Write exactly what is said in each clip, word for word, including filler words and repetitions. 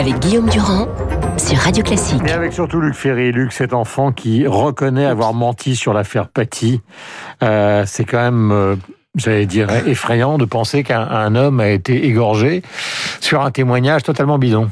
avec Guillaume Durand sur Radio Classique. Et avec surtout Luc Ferry. Luc, cet enfant qui reconnaît avoir menti sur l'affaire Paty. Euh, c'est quand même... Euh, j'allais dire effrayant de penser qu'un un homme a été égorgé sur un témoignage totalement bidon.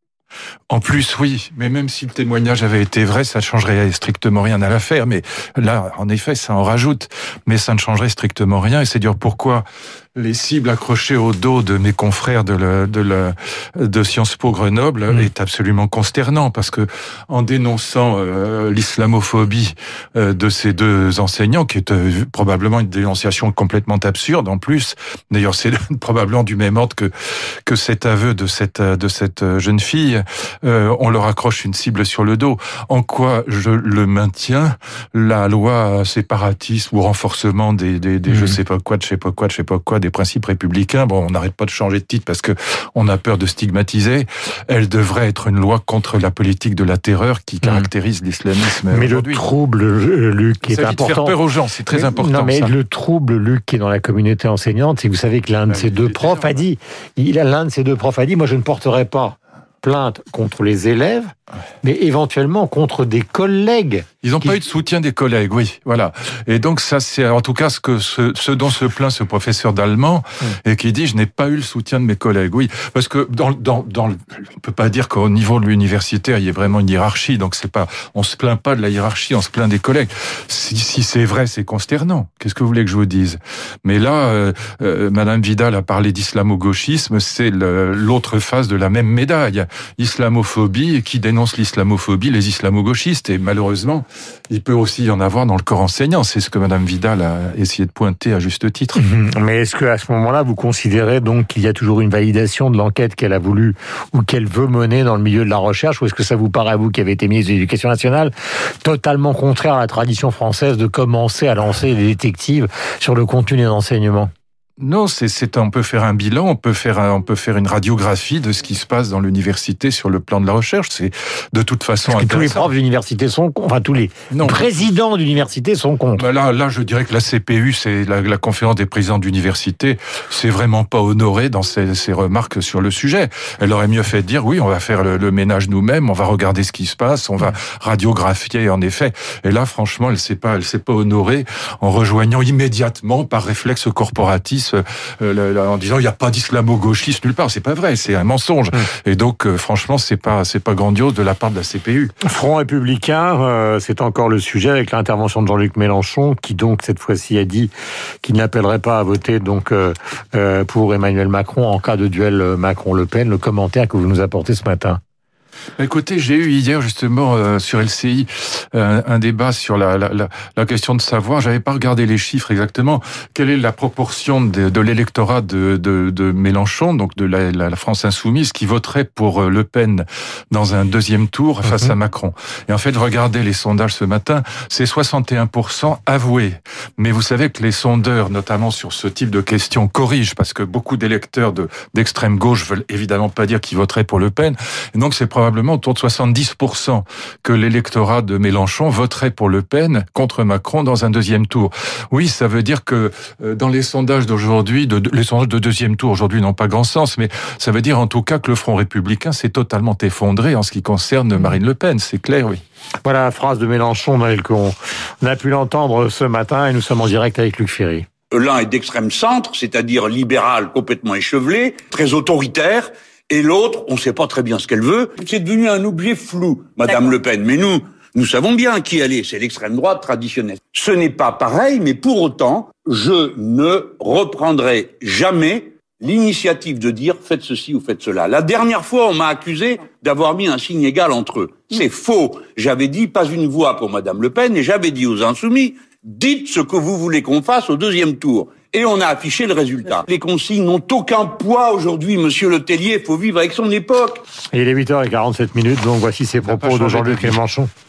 En plus, oui, mais même si le témoignage avait été vrai, ça ne changerait strictement rien à l'affaire. Mais là, en effet, ça en rajoute, mais ça ne changerait strictement rien. Et c'est dire pourquoi les cibles accrochées au dos de mes confrères de, le, de, le, de Sciences Po Grenoble mmh. est absolument consternant, parce que en dénonçant euh, l'islamophobie euh, de ces deux enseignants, qui est euh, probablement une dénonciation complètement absurde en plus, d'ailleurs c'est probablement du même ordre que que cet aveu de cette de cette jeune fille, euh, on leur accroche une cible sur le dos. En quoi je le maintiens, la loi séparatisme ou renforcement des des, des mmh. je sais pas quoi, de je sais pas quoi, de je sais pas quoi, des principes républicains, bon, on n'arrête pas de changer de titre parce que on a peur de stigmatiser. Elle devrait être une loi contre la politique de la terreur qui caractérise mmh. l'islamisme mais aujourd'hui. Le trouble, Luc, qui est important. Ça faire peur aux gens, c'est très mais, important. Non, mais ça. le trouble, Luc, qui est dans la communauté enseignante, c'est que vous savez que l'un de ces deux profs a dit, il a l'un de ces deux profs a dit, moi je ne porterai pas plainte contre les élèves, mais éventuellement contre des collègues. Ils n'ont qui... pas eu de soutien des collègues, oui, voilà. Et donc ça, c'est en tout cas ce que ce, ce dont se plaint ce professeur d'allemand mmh. et qui dit je n'ai pas eu le soutien de mes collègues. Oui, parce que dans dans dans le, on peut pas dire qu'au niveau de l'universitaire il y ait vraiment une hiérarchie. Donc c'est pas, on se plaint pas de la hiérarchie, on se plaint des collègues. Si, si c'est vrai, c'est consternant. Qu'est-ce que vous voulez que je vous dise? Mais là, euh, euh, Madame Vidal a parlé d'islamo-gauchisme, c'est le, l'autre face de la même médaille. Islamophobie, qui dénonce l'islamophobie, les islamo-gauchistes, et malheureusement, il peut aussi y en avoir dans le corps enseignant. C'est ce que Madame Vidal a essayé de pointer à juste titre. Mais est-ce qu'à ce moment-là, vous considérez donc qu'il y a toujours une validation de l'enquête qu'elle a voulu ou qu'elle veut mener dans le milieu de la recherche, ou est-ce que ça vous paraît, à vous qui avez été ministre de l'Éducation nationale, totalement contraire à la tradition française de commencer à lancer des détectives sur le contenu des enseignements? Non, c'est, c'est, on peut faire un bilan, on peut faire, un, on peut faire une radiographie de ce qui se passe dans l'université sur le plan de la recherche. C'est de toute façon Parce que intéressant. Tous les profs d'université sont contre, enfin tous les non, présidents d'université sont contre. Bah là, là, je dirais que la C P U, c'est la, la conférence des présidents d'université, c'est vraiment pas honorée dans ses, ses remarques sur le sujet. Elle aurait mieux fait de dire oui, on va faire le, le ménage nous-mêmes, on va regarder ce qui se passe, on va radiographier en effet. Et là, franchement, elle s'est pas, elle s'est pas honorée en rejoignant immédiatement par réflexe corporatiste. Euh, en disant il n'y a pas d'islamo-gauchiste nulle part, c'est pas vrai, c'est un mensonge. Mmh. Et donc euh, franchement c'est pas c'est pas grandiose de la part de la C P U. Front républicain, euh, c'est encore le sujet avec l'intervention de Jean-Luc Mélenchon qui donc cette fois-ci a dit qu'il n'appellerait pas à voter donc euh, euh, pour Emmanuel Macron en cas de duel Macron-Le Pen. Le commentaire que vous nous apportez ce matin. Écoutez, j'ai eu hier justement euh, sur L C I un, un débat sur la, la, la, la question de savoir, j'avais pas regardé les chiffres exactement, quelle est la proportion de, de l'électorat de, de, de Mélenchon, donc de la, la France insoumise, qui voterait pour Le Pen dans un deuxième tour face mm-hmm. à Macron. Et en fait, regardez les sondages ce matin, c'est soixante et un pour cent avoué. Mais vous savez que les sondeurs, notamment sur ce type de questions, corrigent, parce que beaucoup d'électeurs de, d'extrême gauche veulent évidemment pas dire qu'ils voteraient pour Le Pen. Et donc c'est probablement autour de soixante-dix pour cent que l'électorat de Mélenchon voterait pour Le Pen contre Macron dans un deuxième tour. Oui, ça veut dire que dans les sondages d'aujourd'hui, de, les sondages de deuxième tour aujourd'hui n'ont pas grand sens, mais ça veut dire en tout cas que le Front républicain s'est totalement effondré en ce qui concerne Marine Le Pen, c'est clair, oui. Voilà la phrase de Mélenchon, Noël Cohon. On a pu l'entendre ce matin et nous sommes en direct avec Luc Ferry. L'un est d'extrême centre, c'est-à-dire libéral complètement échevelé, très autoritaire. Et l'autre, on ne sait pas très bien ce qu'elle veut. C'est devenu un objet flou, Madame Le Pen. Mais nous, nous savons bien qui elle est. C'est l'extrême droite traditionnelle. Ce n'est pas pareil, mais pour autant, je ne reprendrai jamais l'initiative de dire faites ceci ou faites cela. La dernière fois, on m'a accusé d'avoir mis un signe égal entre eux. C'est faux. J'avais dit pas une voix pour Madame Le Pen et j'avais dit aux Insoumis, dites ce que vous voulez qu'on fasse au deuxième tour. Et on a affiché le résultat. Les consignes n'ont aucun poids aujourd'hui, Monsieur Le Tellier. Il faut vivre avec son époque. Et il est huit heures quarante-sept minutes, donc voici ces propos de Jean-Luc Mélenchon.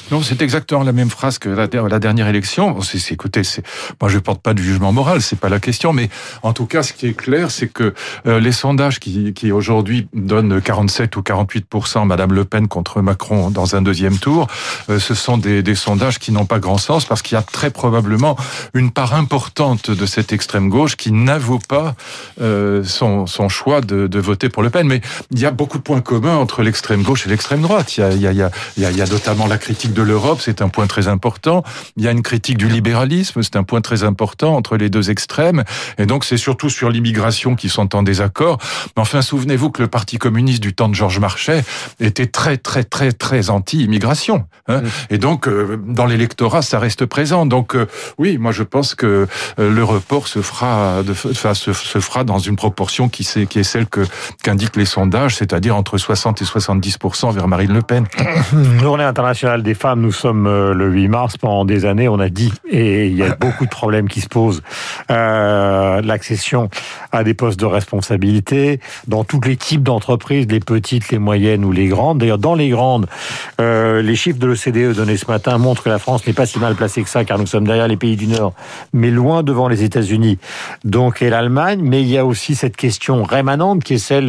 Non, c'est exactement la même phrase que la, la dernière élection. C'est, c'est, écoutez, c'est, moi je porte pas de jugement moral, c'est pas la question, mais en tout cas, ce qui est clair, c'est que euh, les sondages qui, qui aujourd'hui donnent quarante-sept ou quarante-huit pour cent Madame Le Pen contre Macron dans un deuxième tour, euh, ce sont des, des sondages qui n'ont pas grand sens parce qu'il y a très probablement une part importante de cette extrême gauche qui n'avoue pas euh, son, son choix de, de voter pour Le Pen. Mais il y a beaucoup de points communs entre l'extrême gauche et l'extrême droite. Il y a, il y a, il y a, il y a, il y a notamment la critique de l'Europe, c'est un point très important. Il y a une critique du libéralisme, c'est un point très important entre les deux extrêmes. Et donc, c'est surtout sur l'immigration qu'ils sont en désaccord. Mais enfin, souvenez-vous que le Parti communiste du temps de Georges Marchais était très, très, très, très anti-immigration. Hein. Mmh. Et donc, euh, dans l'électorat, ça reste présent. Donc, euh, oui, moi, je pense que euh, le report se fera, de, enfin, se, se fera dans une proportion qui, c'est, qui est celle que, qu'indiquent les sondages, c'est-à-dire entre soixante et soixante-dix pour cent vers Marine Le Pen. Journée internationale des femmes, nous sommes le huit mars, pendant des années, on a dit, et il y a beaucoup de problèmes qui se posent, euh, l'accession à des postes de responsabilité dans tous les types d'entreprises, les petites, les moyennes ou les grandes. D'ailleurs, dans les grandes, euh, les chiffres de l'O C D E donnés ce matin montrent que la France n'est pas si mal placée que ça, car nous sommes derrière les pays du Nord, mais loin devant les États-Unis, donc, et l'Allemagne. Mais il y a aussi cette question rémanente qui est celle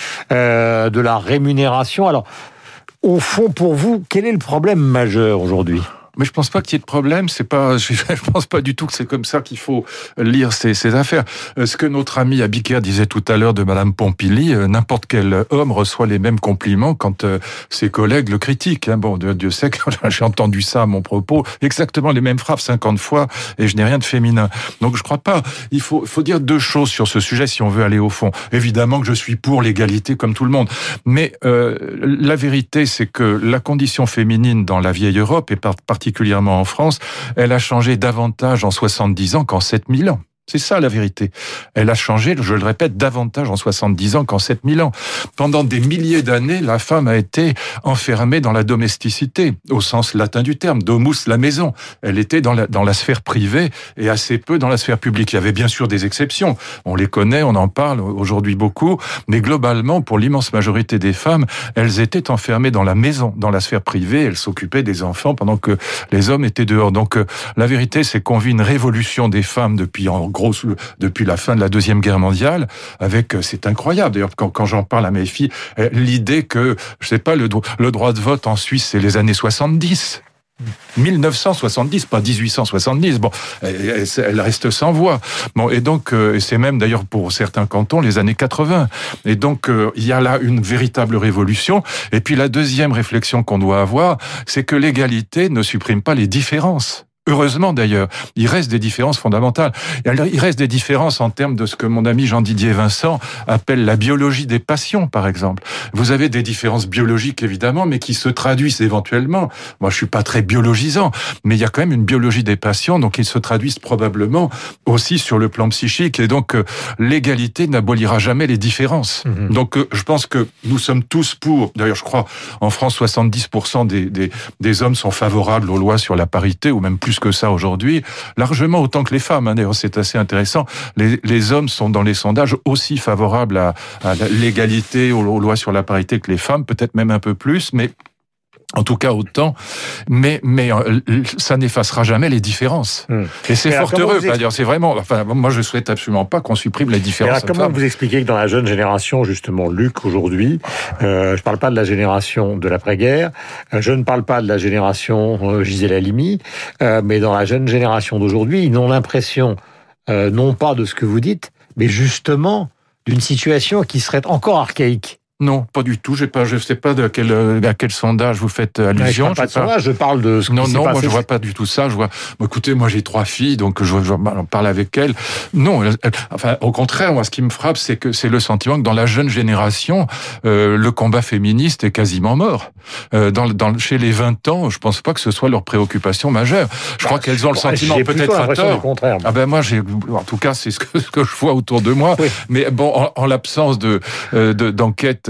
euh, de la rémunération. Alors, au fond, pour vous, quel est le problème majeur aujourd'hui ? Mais je pense pas qu'il y ait de problème. C'est pas, je, je pense pas du tout que c'est comme ça qu'il faut lire ces, ces affaires. Ce que notre ami Abiker disait tout à l'heure de Madame Pompili, n'importe quel homme reçoit les mêmes compliments quand euh, ses collègues le critiquent. Hein. Bon, Dieu sait que j'ai entendu ça à mon propos, exactement les mêmes phrases cinquante fois, et je n'ai rien de féminin. Donc je crois pas. Il faut, faut dire deux choses sur ce sujet si on veut aller au fond. Évidemment que je suis pour l'égalité comme tout le monde, mais euh, la vérité, c'est que la condition féminine dans la vieille Europe, et par, particulièrement en France, elle a changé davantage en soixante-dix ans qu'en sept mille ans. C'est ça la vérité. Elle a changé, je le répète, davantage en soixante-dix ans qu'en sept mille ans. Pendant des milliers d'années, la femme a été enfermée dans la domesticité, au sens latin du terme, domus, la maison. Elle était dans la, dans la sphère privée et assez peu dans la sphère publique. Il y avait bien sûr des exceptions. On les connaît, on en parle aujourd'hui beaucoup, mais globalement, pour l'immense majorité des femmes, elles étaient enfermées dans la maison, dans la sphère privée. Elles s'occupaient des enfants pendant que les hommes étaient dehors. Donc, la vérité, c'est qu'on vit une révolution des femmes depuis en gros depuis la fin de la Deuxième Guerre mondiale, avec, c'est incroyable, d'ailleurs, quand, quand j'en parle à mes filles, l'idée que, je sais pas, le, le droit de vote en Suisse, c'est les années soixante-dix. mille neuf cent soixante-dix, pas dix-huit cent soixante-dix. Bon, elle, elle reste sans voix. Bon, et donc, euh, c'est même d'ailleurs pour certains cantons les années quatre-vingts. Et donc, euh, il y a là une véritable révolution. Et puis, la deuxième réflexion qu'on doit avoir, c'est que l'égalité ne supprime pas les différences. Heureusement d'ailleurs, il reste des différences fondamentales. Il reste des différences en termes de ce que mon ami Jean-Didier Vincent appelle la biologie des passions, par exemple. Vous avez des différences biologiques, évidemment, mais qui se traduisent éventuellement. Moi, je suis pas très biologisant, mais il y a quand même une biologie des passions, donc ils se traduisent probablement aussi sur le plan psychique. Et donc, euh, l'égalité n'abolira jamais les différences. Mmh. Donc, euh, je pense que nous sommes tous pour... D'ailleurs, je crois, en France, soixante-dix pour cent des, des, des hommes sont favorables aux lois sur la parité, ou même plus que ça aujourd'hui, largement autant que les femmes. Hein. D'ailleurs, c'est assez intéressant. Les, les hommes sont dans les sondages aussi favorables à, à l'égalité, aux, aux lois sur la parité que les femmes, peut-être même un peu plus, mais en tout cas autant, mais mais euh, ça n'effacera jamais les différences. Mmh. Et c'est fort heureux. Expl... Dire, c'est vraiment. Enfin, moi, je souhaite absolument pas qu'on supprime les différences. Alors, comment vous expliquez que dans la jeune génération, justement, Luc, aujourd'hui, euh, je parle pas de la génération de l'après-guerre, euh, je ne parle pas de la génération euh, Gisèle Halimi, euh, mais dans la jeune génération d'aujourd'hui, ils ont l'impression, euh, non pas de ce que vous dites, mais justement d'une situation qui serait encore archaïque. Non, pas du tout. J'ai pas, je sais pas de quel, à quel sondage vous faites allusion. Non, je parle pas de sondage, je parle de ce non, qui non, s'est passé. moi je vois pas du tout ça. Je vois, bon, écoutez, moi j'ai trois filles, donc je, je, je parle avec elles. Non, enfin, au contraire, moi ce qui me frappe, c'est que c'est le sentiment que dans la jeune génération, euh, le combat féministe est quasiment mort. Euh, dans, dans, chez les vingt ans, je pense pas que ce soit leur préoccupation majeure. Je bah, crois qu'elles ont le sentiment, peut-être à tort. Ah ben moi, j'ai, en tout cas, c'est ce que, ce que je vois autour de moi. Oui. Mais bon, en, en l'absence de, euh, de d'enquête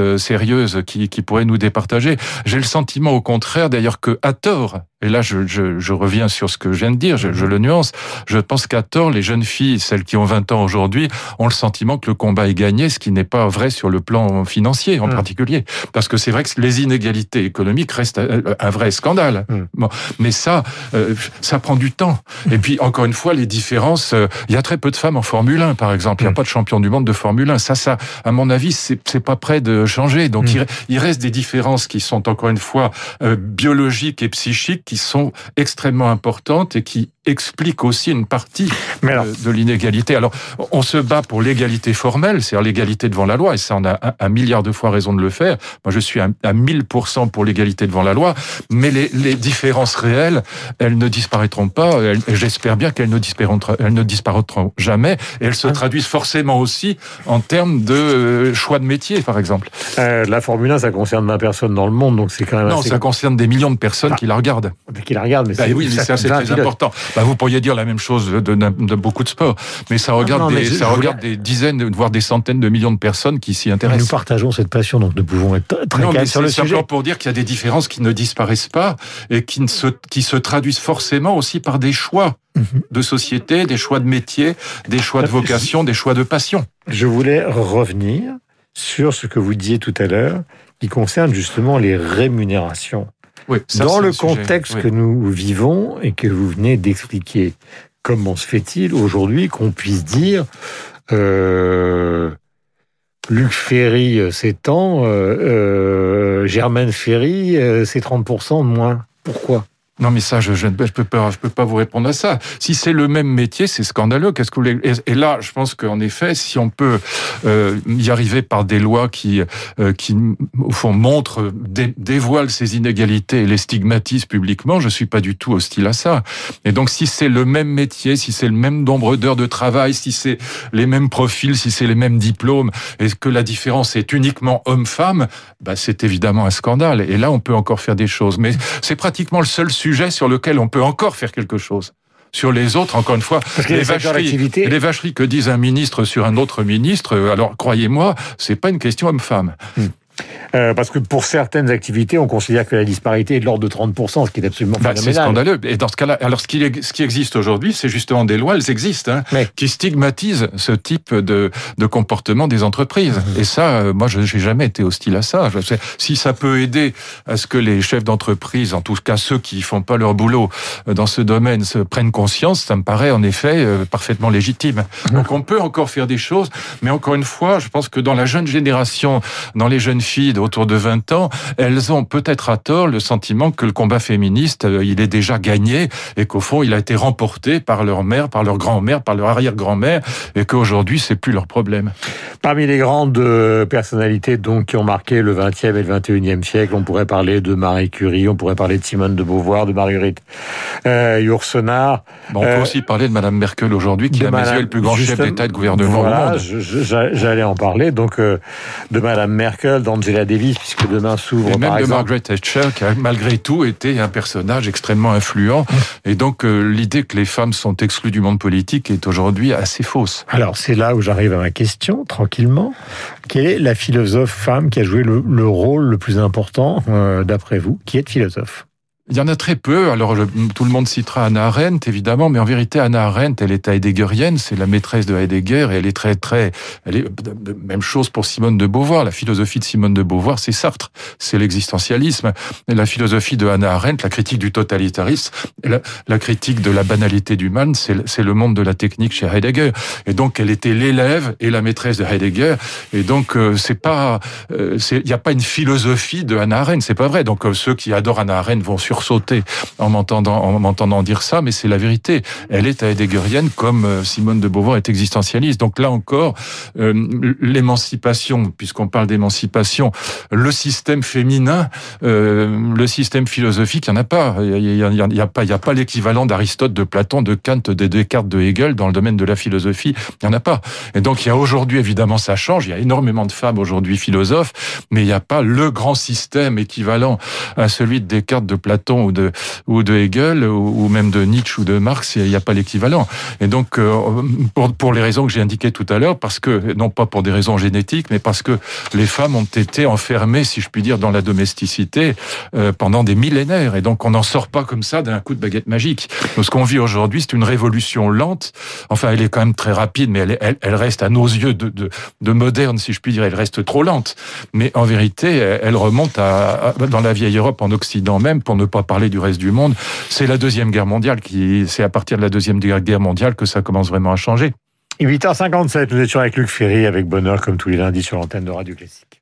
euh, sérieuses qui, qui pourraient nous départager. J'ai le sentiment, au contraire, d'ailleurs, que à tort, et là je, je, je reviens sur ce que je viens de dire, je, je le nuance, je pense qu'à tort, les jeunes filles, celles qui ont vingt ans aujourd'hui, ont le sentiment que le combat est gagné, ce qui n'est pas vrai sur le plan financier en mmh. particulier. Parce que c'est vrai que les inégalités économiques restent un vrai scandale. Mmh. Bon, mais ça, euh, ça prend du temps. Et puis, encore une fois, les différences, euh, il y a très peu de femmes en Formule un, par exemple. Il n'y a mmh. pas de champion du monde de Formule un. Ça, ça, à mon avis, c'est, c'est pas près de changer. Donc, mmh. il, il reste des différences qui sont, encore une fois, euh, biologiques et psychiques, qui sont extrêmement importantes et qui expliquent aussi une partie Mais alors... de, de l'inégalité. Alors, on se bat pour l'égalité formelle, c'est-à-dire l'égalité devant la loi, et ça, on a un, un milliard de fois raison de le faire. Moi, je suis à, à mille pour cent pour l'égalité devant la loi, mais les, les différences réelles, elles ne disparaîtront pas. Elles, j'espère bien qu'elles ne disparaîtront, elles ne disparaîtront jamais, et elles se traduisent forcément aussi en termes de choix de métier, par exemple. Euh, la Formule un, ça concerne vingt personnes dans le monde, donc c'est quand même... Non, assez... ça concerne des millions de personnes ah, qui la regardent. Qui la regardent, mais bah, c'est... oui, mais ça, c'est très important. Bah, vous pourriez dire la même chose de, de, de beaucoup de sports, mais ça regarde, non, non, des, mais ça regarde voulais... des dizaines, voire des centaines de millions de personnes qui s'y intéressent. Nous partageons cette passion, donc nous pouvons être très calmes sur le sujet. C'est simplement pour dire qu'il y a des différences qui ne disparaissent pas et qui, ne se, qui se traduisent forcément aussi par des choix de société, des choix de métier, des choix de vocation, des choix de passion. Je voulais revenir sur ce que vous disiez tout à l'heure, qui concerne justement les rémunérations. Oui, ça, dans le sujet, contexte oui. que nous vivons et que vous venez d'expliquer, comment se fait-il aujourd'hui qu'on puisse dire euh, Luc Ferry, c'est tant, euh, euh, Germaine Ferry, euh, c'est trente pour cent de moins. Pourquoi ? Non, mais ça, je, je, je peux pas, je peux pas vous répondre à ça. Si c'est le même métier, c'est scandaleux. Qu'est-ce que vous voulez ? Et, et là, je pense qu'en effet, si on peut euh, y arriver par des lois qui, euh, qui au fond, montrent, dé, dévoilent ces inégalités et les stigmatisent publiquement, je suis pas du tout hostile à ça. Et donc, si c'est le même métier, si c'est le même nombre d'heures de travail, si c'est les mêmes profils, si c'est les mêmes diplômes, et que la différence est uniquement homme-femme, bah, c'est évidemment un scandale. Et là, on peut encore faire des choses. Mais c'est pratiquement le seul sujet sur lequel on peut encore faire quelque chose. Sur les autres, encore une fois, les vacheries, les vacheries que disent un ministre sur un autre ministre, alors croyez-moi, c'est pas une question homme-femme. Hum. Euh, parce que pour certaines activités, on considère que la disparité est de l'ordre de trente pour cent, ce qui est absolument bah, phénoménal. C'est scandaleux. Et dans ce cas-là, alors ce qui, ce qui existe aujourd'hui, c'est justement des lois, elles existent, hein, Mais... qui stigmatisent ce type de, de comportement des entreprises. Mmh. Et ça, moi, je n'ai jamais été hostile à ça. Je sais, si ça peut aider à ce que les chefs d'entreprise, en tout cas ceux qui font pas leur boulot dans ce domaine, se prennent conscience, ça me paraît en effet euh, parfaitement légitime. Mmh. Donc on peut encore faire des choses, mais encore une fois, je pense que dans la jeune génération, dans les jeunes filles autour de vingt ans, elles ont peut-être à tort le sentiment que le combat féministe, il est déjà gagné et qu'au fond, il a été remporté par leur mère, par leur grand-mère, par leur arrière-grand-mère et qu'aujourd'hui, c'est plus leur problème. Parmi les grandes personnalités donc qui ont marqué le vingtième et le vingt et unième siècle, on pourrait parler de Marie Curie, on pourrait parler de Simone de Beauvoir, de Marguerite euh, Yourcenar. Bon, on euh, peut aussi parler de Madame Merkel aujourd'hui, qui à mes yeux est le plus grand chef d'État et de gouvernement voilà, au monde. Je, je, j'allais en parler, donc euh, de Madame Merkel, d'Angela Davis, puisque demain s'ouvre et même par de exemple... Margaret Thatcher, qui a malgré tout été un personnage extrêmement influent. Et donc euh, l'idée que les femmes sont exclues du monde politique est aujourd'hui assez fausse. Alors c'est là où j'arrive à ma question, tranquillement. Quelle est la philosophe femme qui a joué le, le rôle le plus important, euh, d'après vous, qui est philosophe ? Il y en a très peu. Alors, je, tout le monde citera Hannah Arendt, évidemment, mais en vérité, Hannah Arendt, elle est heideggerienne, c'est la maîtresse de Heidegger, et elle est très, très... Elle est, même chose pour Simone de Beauvoir. La philosophie de Simone de Beauvoir, c'est Sartre, c'est l'existentialisme. Et la philosophie de Hannah Arendt, la critique du totalitarisme, la, la critique de la banalité du mal, c'est, c'est le monde de la technique chez Heidegger. Et donc, elle était l'élève et la maîtresse de Heidegger. Et donc, euh, c'est pas... Il euh, n'y a pas une philosophie de Hannah Arendt, c'est pas vrai. Donc, euh, ceux qui adorent Hannah Arendt vont sur sauter en m'entendant, en m'entendant dire ça, mais c'est la vérité. Elle est heideggerienne comme Simone de Beauvoir est existentialiste. Donc là encore, euh, l'émancipation, puisqu'on parle d'émancipation, le système féminin, euh, le système philosophique, il n'y en a pas. Il n'y a, il y a, il y a pas, il y a pas l'équivalent d'Aristote, de Platon, de Kant, de Descartes, de Hegel dans le domaine de la philosophie. Il n'y en a pas. Et donc il y a aujourd'hui, évidemment, ça change. Il y a énormément de femmes aujourd'hui philosophes, mais il n'y a pas le grand système équivalent à celui de Descartes, de Platon, Platon ou de ou de Hegel ou, ou même de Nietzsche ou de Marx, il n'y a pas l'équivalent. Et donc, euh, pour pour les raisons que j'ai indiquées tout à l'heure, parce que non pas pour des raisons génétiques, mais parce que les femmes ont été enfermées, si je puis dire, dans la domesticité euh, pendant des millénaires. Et donc, on n'en sort pas comme ça d'un coup de baguette magique. Donc, ce qu'on vit aujourd'hui, c'est une révolution lente. Enfin, elle est quand même très rapide, mais elle, elle, elle reste à nos yeux de, de, de moderne, si je puis dire. Elle reste trop lente. Mais en vérité, elle remonte à, à, dans la vieille Europe, en Occident même, pour ne pas parler du reste du monde. C'est la Deuxième Guerre mondiale qui, c'est à partir de la Deuxième Guerre mondiale que ça commence vraiment à changer. huit heures cinquante-sept, nous étions avec Luc Ferry, avec bonheur, comme tous les lundis sur l'antenne de Radio Classique.